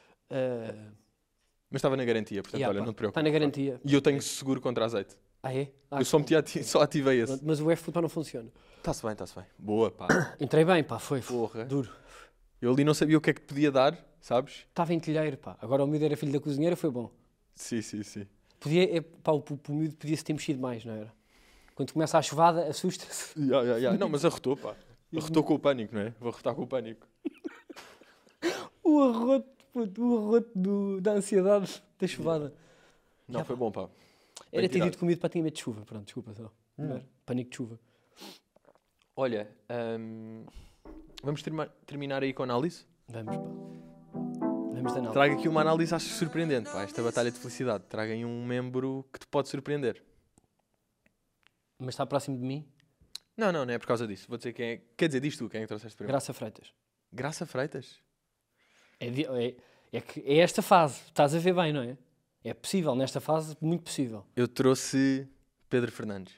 Mas estava na garantia, portanto, olha, pá, não te preocupes. está na garantia. E eu tenho seguro contra azeite. Ah, é? Eu só ativei esse. Mas o F não funciona. Está-se bem. Boa, pá. Entrei bem, pá, foi Porra. duro. Eu ali não sabia o que é que te podia dar, sabes? Estava em telheiro, pá. Agora o miúdo era filho da cozinheira, foi bom. Sim. Pá, o miúdo podia-se ter mexido mais, não era? Quando começa a chuvada, assusta-se. Não, mas arrotou, pá. Arrotou com o pânico, não é? Vou arrotar com o pânico. O arroto, puto, da ansiedade da chuvada. Não, foi bom, pá. Era ter dito comido para ter medo de chuva. Pronto, desculpa só. Pânico de chuva. Olha, vamos terminar aí com a análise? Vamos, pá. Vamos de análise. Traga aqui uma análise, acho surpreendente, pá. Esta batalha de felicidade. Traga aí um membro que te pode surpreender. Mas está próximo de mim? Não é por causa disso. Vou dizer quem é. Quer dizer, diz tu, quem é que trouxeste primeiro? Graça Freitas. Graça Freitas? É que é esta fase. Estás a ver bem, não é? É possível, nesta fase, muito possível. Eu trouxe Pedro Fernandes.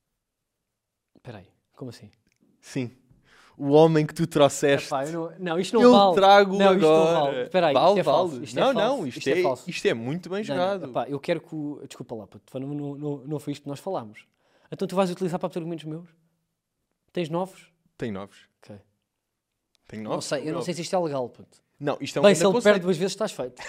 Espera aí, como assim? Sim. O homem que tu trouxeste. Epá, não, isto não eu vale. trago não, agora. Isto não vale. Espera aí, isto é falso. Isto é muito bem jogado. Epá, eu quero que Desculpa lá, puto, não foi isto que nós falámos. Então tu vais utilizar para argumentos meus? Tens novos? Tenho novos. Ok. Tenho novos? Eu não sei se isto é legal, puto. Não, isto é um Bem, se ele conceito. perde 2 vezes, estás feito.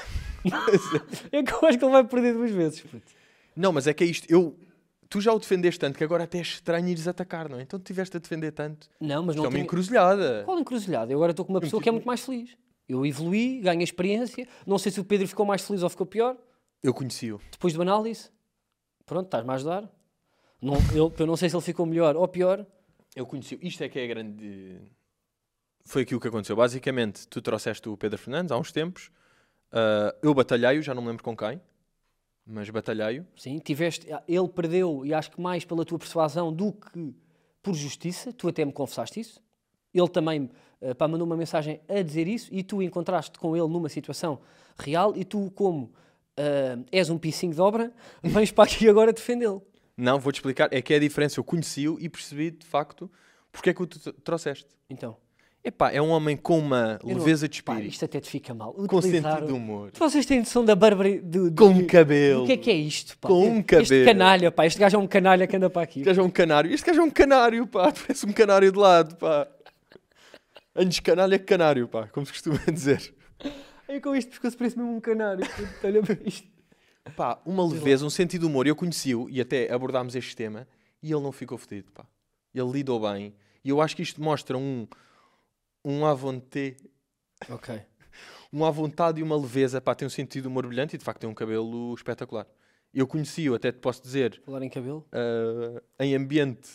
É que eu acho que ele vai perder 2 vezes, puto. Não, mas é que é isto. Tu já o defendeste tanto que agora até é estranho ires atacar, não é? Então tu estiveste a defender tanto. Não, mas não é uma encruzilhada. Qual encruzilhada? Eu agora estou com uma pessoa que é muito mais feliz. Eu evoluí, ganhei experiência. Não sei se o Pedro ficou mais feliz ou ficou pior. Eu conheci-o. Depois de uma análise. Pronto, estás-me a ajudar. Eu não sei se ele ficou melhor ou pior. Eu conheci-o. Isto é que é a grande... Foi aquilo que aconteceu. Basicamente, tu trouxeste o Pedro Fernandes há uns tempos. Eu batalhei-o, já não me lembro com quem. Mas batalhei-o. Sim, ele perdeu, e acho que mais pela tua persuasão do que por justiça. Tu até me confessaste isso. Ele também mandou uma mensagem a dizer isso e tu encontraste com ele numa situação real e tu, como és um piscinho de obra, vens para aqui agora defendê-lo. Não, vou-te explicar. É que é a diferença. Eu conheci-o e percebi, de facto, porque é que o trouxeste. Então... Epá, é um homem com uma leveza de espírito. Isto até te fica mal. Com sentido de humor. Vocês têm noção da bárbara... Com um cabelo. O que é isto, pá? Com um cabelo. Este canalha, pá. Este gajo é um canalha que anda para aqui. Este gajo é um canário. Este gajo é um canário, pá. Parece um canário de lado, pá. Antes canalha que canário, pá. Como se costuma dizer. É com isto pescoço parece mesmo um canário. Olha para isto. Pá, uma leveza, um sentido de humor. Eu conheci-o e até abordámos este tema e ele não ficou fedido, pá. Ele lidou bem. E eu acho que isto mostra um à vontade. Ok. Um à vontade e uma leveza. Pá, tem um sentido de humor brilhante e de facto tem um cabelo espetacular. Eu conheci-o, até te posso dizer... Falar em cabelo? Em ambiente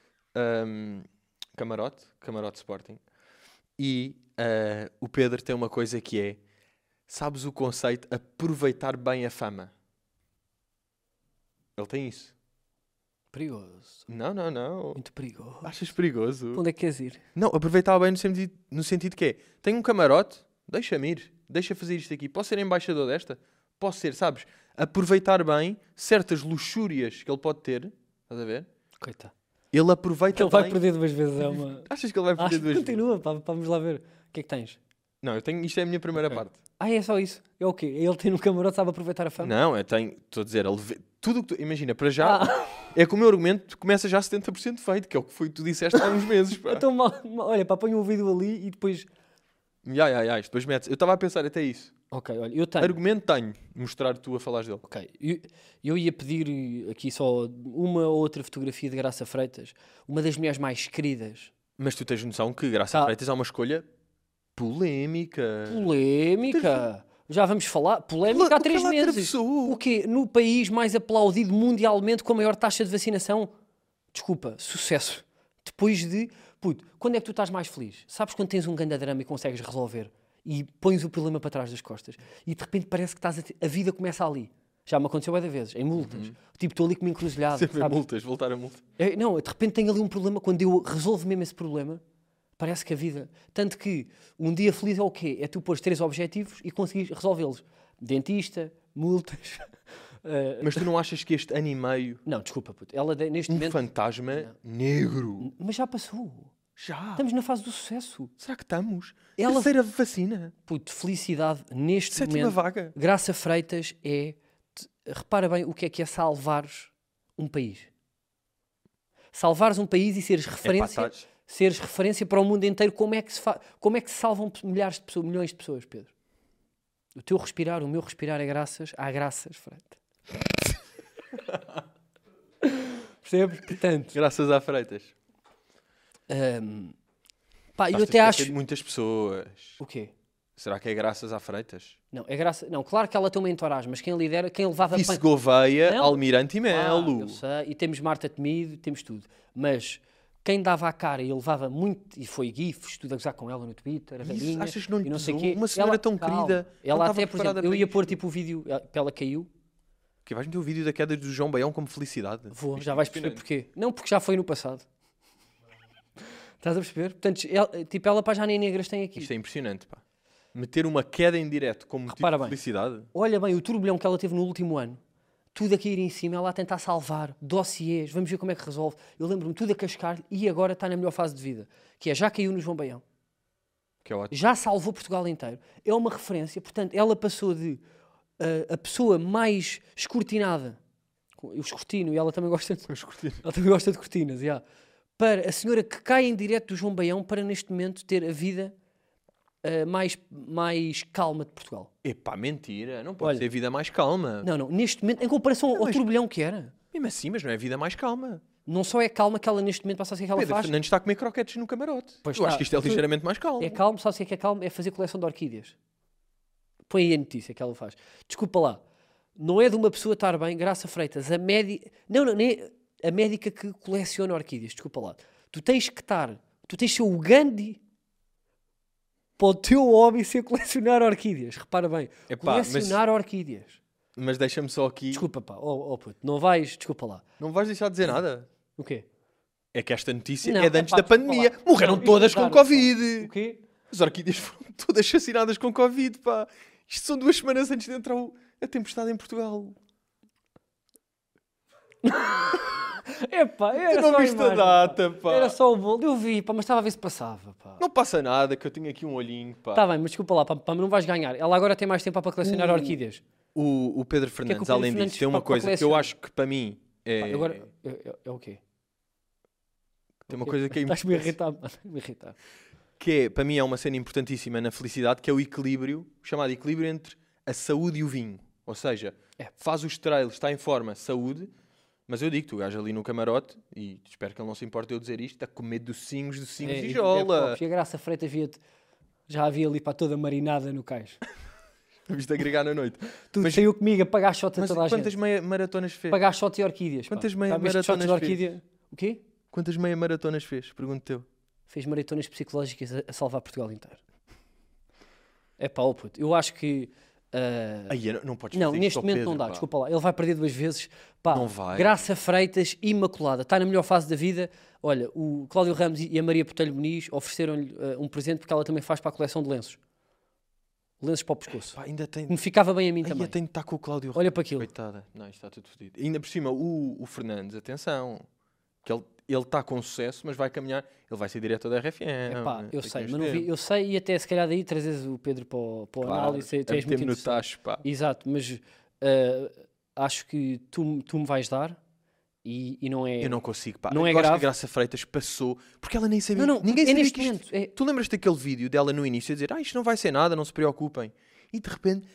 camarote Sporting. E o Pedro tem uma coisa que é... Sabes o conceito? Aproveitar bem a fama. Ele tem isso. Perigoso. Não. Muito perigoso. Achas perigoso? Onde é que queres ir? Não, aproveitar bem no sentido que é... Tenho um camarote, deixa-me ir. Deixa fazer isto aqui. Posso ser embaixador desta? Posso ser, sabes? Aproveitar bem certas luxúrias que ele pode ter. Estás a ver? Coitado. Ele aproveita ele bem... vai perder 2 vezes. É uma... Achas que ele vai perder 2 vezes? Continua, pá, vamos lá ver. O que é que tens? Não, isto é a minha primeira parte. É só isso? É o quê? Ele tem no camarote, sabe aproveitar a fama? Não, estou a dizer, tudo o que tu... Imagina, para já, é que o meu argumento começa já 70% feito, que é o que foi tu disseste há uns meses. Pá. Então, olha, pá, põe um vídeo ali e depois... Isto depois metes. Eu estava a pensar até isso. Ok, olha, eu tenho... Argumento tenho, mostrar tu a falares dele. Ok, eu ia pedir aqui só uma ou outra fotografia de Graça Freitas, uma das mulheres mais queridas. Mas tu tens noção que Graça Freitas é uma escolha polémica. Polémica? Já vamos falar. Polémica há 3 meses. O quê? No país mais aplaudido mundialmente com a maior taxa de vacinação. Desculpa, sucesso. Depois de... Puto, quando é que tu estás mais feliz? Sabes quando tens um grande drama e consegues resolver? E pões o problema para trás das costas. E de repente parece que a vida começa ali. Já me aconteceu várias vezes, em multas. Tipo, estou ali com uma encruzilhada. Sempre em multas, voltar a multa. Não, de repente tenho ali um problema. Quando eu resolvo mesmo esse problema, Parece que a vida... Tanto que um dia feliz é o quê? É tu pôres 3 objetivos e conseguires resolvê-los. Dentista, multas... Mas tu não achas que este ano e meio... Não, desculpa, puto. Ela neste Um momento... fantasma negro. Mas já passou. Já. Estamos na fase do sucesso. Será que estamos? Ela- Terceira vacina. Puto, felicidade neste Sétima momento. vaga. Graça Freitas é... Repara bem o que é salvares um país. Salvares um país e seres referência... Seres referência para o mundo inteiro. Como é que se salvam milhares de pessoas, milhões de pessoas, Pedro? O teu respirar, o meu respirar é graças à Graças Freitas. Percebes? Portanto... Graças a Freitas. Pá, eu Estás-te a até acho... esquecer de muitas pessoas. O quê? Será que é graças a Freitas? Não, é graça... Não, claro que ela tem uma entourage, mas quem lidera, quem levava... Isso Gouveia, Não. Almirante e Melo. Eu sei, e temos Marta Temido, temos tudo. Mas quem dava a cara e levava muito, e foi gifs, tudo a gozar com ela no Twitter, a velhinha, achas que não lhe e não sei pesou? quê. Uma senhora tão calma, querida, não Ela estava até, por preparada exemplo, eu para ia isto. pôr tipo o vídeo, ela caiu, Que vais meter o vídeo da queda do João Baião como felicidade. vou, Isto já é vais perceber impressionante. porquê. Não, porque já foi no passado. Estás a perceber? Portanto, ela para já nem negras tem aqui. Isto é impressionante, pá. Meter uma queda em direto como motivo Repara de bem. felicidade. Olha bem, o turbilhão que ela teve no último ano, tudo a cair em cima, ela a tentar salvar, dossiês, vamos ver como é que resolve. Eu lembro-me tudo a cascar e agora está na melhor fase de vida, que é já caiu no João Baião, Que é ótimo. já salvou Portugal inteiro. É uma referência, portanto, ela passou de a pessoa mais escrutinada, eu escrutino e ela também gosta de, ela também gosta de cortinas, já, para a senhora que cai em direto do João Baião para neste momento ter a vida mais calma de Portugal. Epá, mentira. Não pode Olha. ser a vida mais calma. Não, neste momento, em comparação ao mas- turbilhão que era, Mesmo assim, mas não é a vida mais calma. não só é calma que ela neste momento passa a ser que ela Pedro faz, Fernandes está a comer croquetes no camarote. Pois Eu acho está. que isto é ligeiramente mais calmo. é calmo, sabes o que é calmo? É fazer coleção de orquídeas. Põe aí a notícia que ela faz. Desculpa lá, não é de uma pessoa estar bem, Graça Freitas, a médica... Não, nem a médica que coleciona orquídeas, desculpa lá. Tu tens de ser o Gandhi para o teu hobby ser colecionar orquídeas. Repara bem, Epá, colecionar orquídeas. Mas deixa-me só aqui... Desculpa pá, puto, não vais, desculpa lá. Não vais deixar de dizer nada. O quê? É que esta notícia Não, é de antes epá, da pandemia. desculpa lá. Morreram Não, todas isto com é claro, Covid. O quê? As orquídeas foram todas assassinadas com Covid, pá. Isto são 2 semanas antes de entrar a tempestade em Portugal. Epá, Tu era não só a viste a imagem, data, pá. pá. Era só o bolo. Eu vi, pá, mas estava a ver se passava, pá. Não passa nada, que eu tenho aqui um olhinho, pá. Está bem, mas desculpa lá, pá, não vais ganhar. Ela agora tem mais tempo para colecionar orquídeas. O Pedro Fernandes, Pedro além Fernandes disso, tem uma para coisa que eu colecionar? acho que para mim é... Pá, agora, é o quê? Tem uma coisa que é Estás-me a importante, irritar, mano. Me irritar. que é, para mim é uma cena importantíssima na felicidade, que é o equilíbrio, chamado equilíbrio entre a saúde e o vinho. Ou seja, faz os trailers, está em forma, saúde, mas eu digo-te, o gajo ali no camarote, e espero que ele não se importe eu dizer isto, está com medo docinhos e jola. E a Graça Freitas já havia ali para toda marinada no cais. Viste agregar na noite. Tu Mas- saiu comigo a pagar shot a Mas toda a quantas gente. meia maratonas fez? Pagar shot e orquídeas. pá. Quantas meia Já viste shots de maratonas orquídea? O quê? Quantas meia maratonas fez? Pergunto-te. Fez maratonas psicológicas a salvar Portugal inteiro. É pá, ó puto, eu acho que... Aí não podes Não, fazer neste isto ao momento Pedro, não dá, pá. desculpa lá. Ele vai perder 2 vezes. Pá, Não vai. Graça Freitas, imaculada. Está na melhor fase da vida. Olha, o Cláudio Ramos e a Maria Botelho Muniz ofereceram-lhe um presente porque ela também faz para a coleção de lenços. Lenços para o pescoço. Pá, ainda tem... Me ficava bem a mim também. Ainda tem de estar com o Cláudio Olha para aquilo. Coitada. Não, isto está tudo fodido. Ainda por cima, o Fernandes, atenção, que ele está com sucesso, mas vai caminhar, ele vai ser diretor da RFM. Epá, eu daqui a sei, uns mas não vi, tempos. eu sei e até se calhar daí trazes o Pedro para o Claro, análise. Tu a és muito meter-me no interessante. tacho, pá. Exato, mas acho que tu me vais dar e não é... Eu não consigo, pá. Não é eu acho que a grave. Graça Freitas passou, porque ela nem sabia. Não, ninguém é sabia neste que isto... momento. É... Tu lembras daquele vídeo dela no início a dizer, isto não vai ser nada, não se preocupem. E de repente,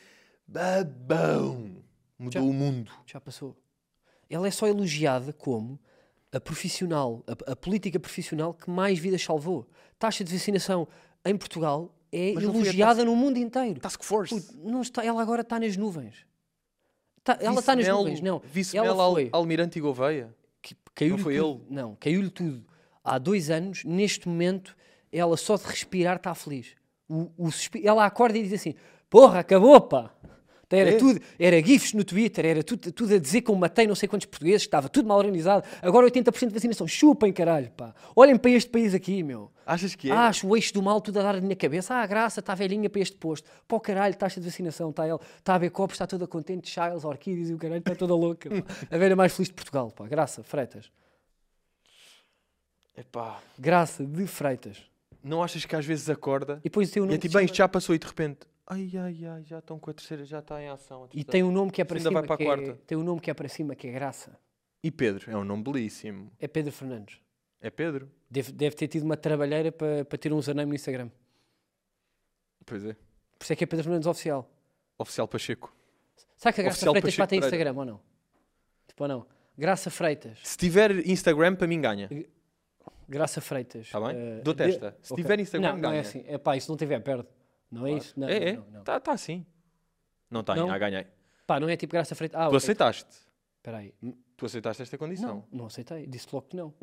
babão, mudou o mundo. Já passou. Ela é só elogiada como a profissional, a política profissional que mais vidas salvou. Taxa de vacinação em Portugal é Mas não foi a elogiada no mundo inteiro. Task Force. Puto, não está, ela agora está nas nuvens. Ela está nas Vice-Melo, nuvens, não. Vice-Melo Ela foi. Almirante e Gouveia. Caiu-lhe não foi tudo. Não, caiu-lhe tudo. Há 2 anos, neste momento, ela só de respirar está feliz. Ela acorda e diz assim, porra, acabou, pá. Era tudo, era gifs no Twitter, era tudo a dizer que eu matei não sei quantos portugueses, que estava tudo mal organizado. Agora 80% de vacinação. Chupem, caralho, pá. Olhem para este país aqui, meu. Achas que é? Acho o eixo do mal tudo a dar na minha cabeça. Ah, a Graça está velhinha para este posto. Pá, o caralho, taxa de vacinação, está ele. Está a ver copos, está toda contente, Childs, orquídeas e o caralho, está toda louca. Pá. A velha mais feliz de Portugal, pá. Graça, Freitas. Epá, Graça de Freitas. não achas que às vezes acorda E depois tem um e nome é que tipo, se bem, chama- isto já passou e de repente, ai, já estão com a terceira, já está em ação. E tem um nome que é para Ainda cima, vai para a que é... quarta. Tem um nome que é para cima, que é Graça. E Pedro, é um nome belíssimo. É Pedro Fernandes. É Pedro? Deve ter tido uma trabalheira para ter um username no Instagram. Pois é. Por isso é que é Pedro Fernandes Oficial. Oficial Pacheco. Sabe que a Graça Oficial Freitas Pacheco pá, tem Pereira. Instagram ou não? Tipo, ou não? Graça Freitas. Se tiver Instagram, para mim ganha. Graça Freitas. Está bem? Eh, Dou testa. Se ok. tiver Instagram, não, ganha. não é assim. É pá, e se não tiver, perde. Não é isso? Não, É. não. Está assim. Não está, Não? ganhei. Pá, não é tipo Graça Freitas. Ah, Tu ok. aceitaste. Espera aí. Tu aceitaste esta condição. Não aceitei. Disse logo que não.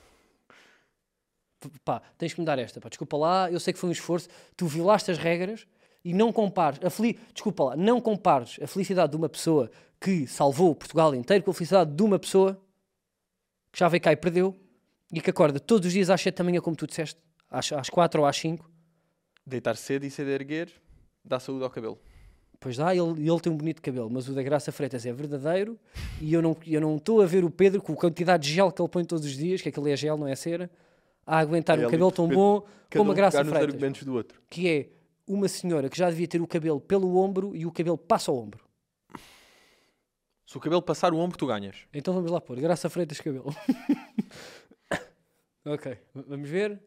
Pá, tens que me dar esta. Pá. Desculpa lá, eu sei que foi um esforço. Tu violaste as regras e não compares Desculpa lá, não compares a felicidade de uma pessoa que salvou Portugal inteiro com a felicidade de uma pessoa que já veio cá e perdeu e que acorda todos os dias às 7 da manhã, como tu disseste, às 4 ou às 5. Deitar cedo e cedo a erguer dá saúde ao cabelo. Pois dá, ele tem um bonito cabelo, mas o da Graça Freitas é verdadeiro e eu não estou a ver o Pedro com a quantidade de gel que ele põe todos os dias, que aquele é gel, não é cera, a aguentar É um ali, cabelo de tão repente, bom Cada como a um Graça pegar nos Freitas, argumentos do outro. que é uma senhora que já devia ter o cabelo pelo ombro e o cabelo passa ao ombro. Se o cabelo passar o ombro, tu ganhas. Então vamos lá pôr, Graça Freitas cabelo. Ok, vamos ver.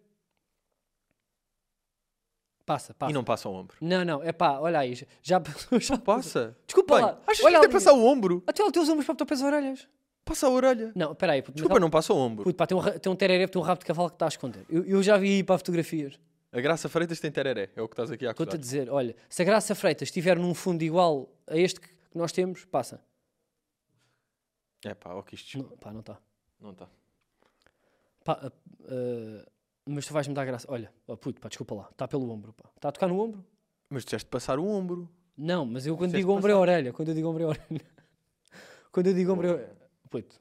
Passa. E não passa o ombro. Não, é pá, olha aí, já Passa. Desculpa Bem, lá, achas olha que até ali. passa o ombro? Até os teus ombros para o teu peso das orelhas. Passa a orelha. Não, espera aí, puto, mas Desculpa, não passa o ombro. puto, pá, tem um tereré, tem um rabo de cavalo que está a esconder. Eu já vi aí para fotografias. A Graça Freitas tem tereré. É o que estás aqui a Estou-te a acusar. dizer, olha, se a Graça Freitas estiver num fundo igual a este que nós temos, passa. É pá, ó que isto... Não está. Não está. Mas tu vais-me dar graça. Olha, puto, pá, desculpa lá, está pelo ombro, pá. Está a tocar no ombro? Mas disseste passar o ombro. Não, mas eu quando Disseste digo ombro é passar. orelha. Quando eu digo ombro é orelha. Quando eu digo ombro é orelha. Puto,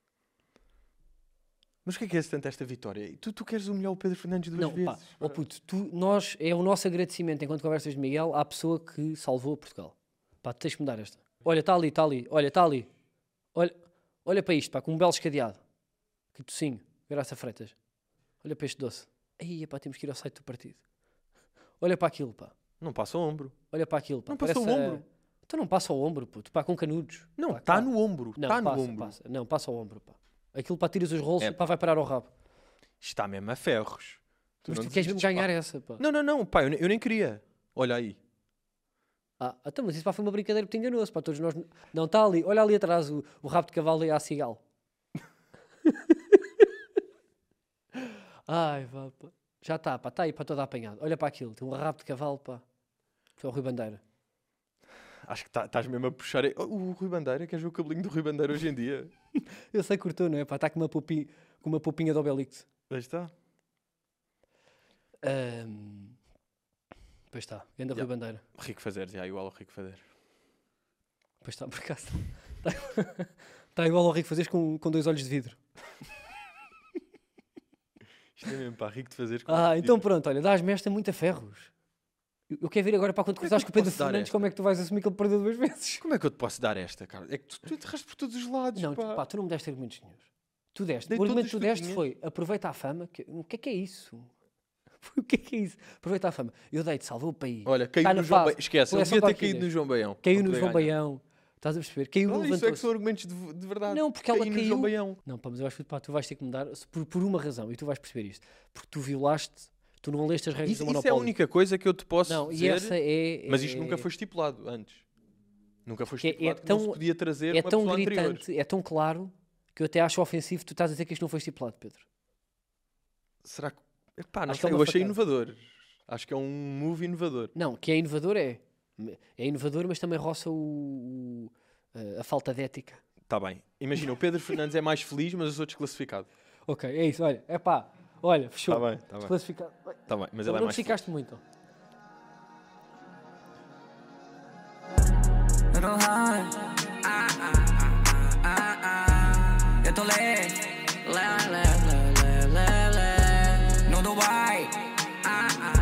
Mas o que é tanto esta vitória? E tu queres humilhar o Pedro Fernandes duas não, vezes? pá, ó puto, é o nosso agradecimento enquanto conversas de Miguel à pessoa que salvou Portugal. Pá, tens-me dar esta. Olha, está ali. Olha, está ali. Olha para isto, pá, com um belo escadeado. Que tocinho, Graça Freitas. Olha para este doce. Aí, pá, temos que ir ao site do partido. Olha para aquilo, pá. Não passa o ombro. Olha para aquilo, pá. Não passa o ombro. Então não passa ao ombro, puto, pá, com canudos. Não, Pá, está claro. no ombro. Não, Está no passa, ombro. passa. Não, passa ao ombro, pá. Aquilo, pá, tiras os rolos É, e pá, vai parar ao rabo. Isto está mesmo a ferros. Mas não tu queres mesmo desistes, ganhar pá. essa, pá. Não, pá, eu nem queria. Olha aí. Então, mas isso, pá, foi uma brincadeira que te enganou-se, pá, todos nós... Não, está ali, olha ali atrás o rabo de cavalo e a cigal. Ai, vá, pá. Já está, pá, está aí para toda apanhado. Olha para aquilo, tem um rabo de cavalo, pá. Foi o Rui Bandeira. Acho que estás mesmo a puxar. O Rui Bandeira, queres ver o cabelinho do Rui Bandeira hoje em dia? Eu sei que cortou, não é, pá, está com uma poupinha de Obelix. Aí está. Pois está, anda Rui Bandeira. Rico Fazeres, já, igual ao Rico Fazer. Pois está, por acaso. Está igual ao Rico Fazeres com 2 olhos de vidro. Isto é mesmo, pá, rico de fazer. Então pronto, olha, dás-me esta muito a ferros. Eu quero ver agora para quando cruzares com o Pedro posso dar Fernandes, esta? como é que tu vais assumir que ele perdeu 2 vezes? Como é que eu te posso dar esta, cara? É que tu enterraste por todos os lados, Não, pá. pá, tu não me deste argumentos nenhum. Tu deste. Dei O argumento todos que tu os que deste tinhas. foi aproveita a fama. O que é isso? O que é isso? Aproveita a fama. Eu dei-te, salvou o país. Olha, caiu Tá no na João fase. Baião. Esquece, ele Seleção devia ter de caído no João Baião. Caiu para no poder João ganhar. Baião. Estás a perceber? Caiu, Isso é que levantou-se. são argumentos de verdade. Não, porque ela Caiu no caiu. João Baião. Não, pá, mas eu acho que pá, tu vais ter que mudar por uma razão e tu vais perceber isto. Porque tu violaste, tu não leste as regras Isso do é a monopólio. única coisa que eu te posso Não, dizer. e essa é. Mas isto nunca foi estipulado antes. Nunca foi Que é estipulado que tão- não se podia trazer É uma tão pessoa anterior. gritante, é tão claro que eu até acho ofensivo tu estás a dizer que isto não foi estipulado, Pedro. Será que... Epá, não Acho que é sei, uma eu achei facada. inovador. Acho que é um move inovador. Não, que é inovador é. É inovador, mas também roça a falta de ética. Está bem. Imagina, o Pedro Fernandes é mais feliz, mas os outros classificados. Ok, é isso, olha, é pá, olha, fechou. Está bem, está bem. Desclassificado. Tá bem, mas Então ele é não mais te ficaste muito. no high. Eu tô leve, no Dubai.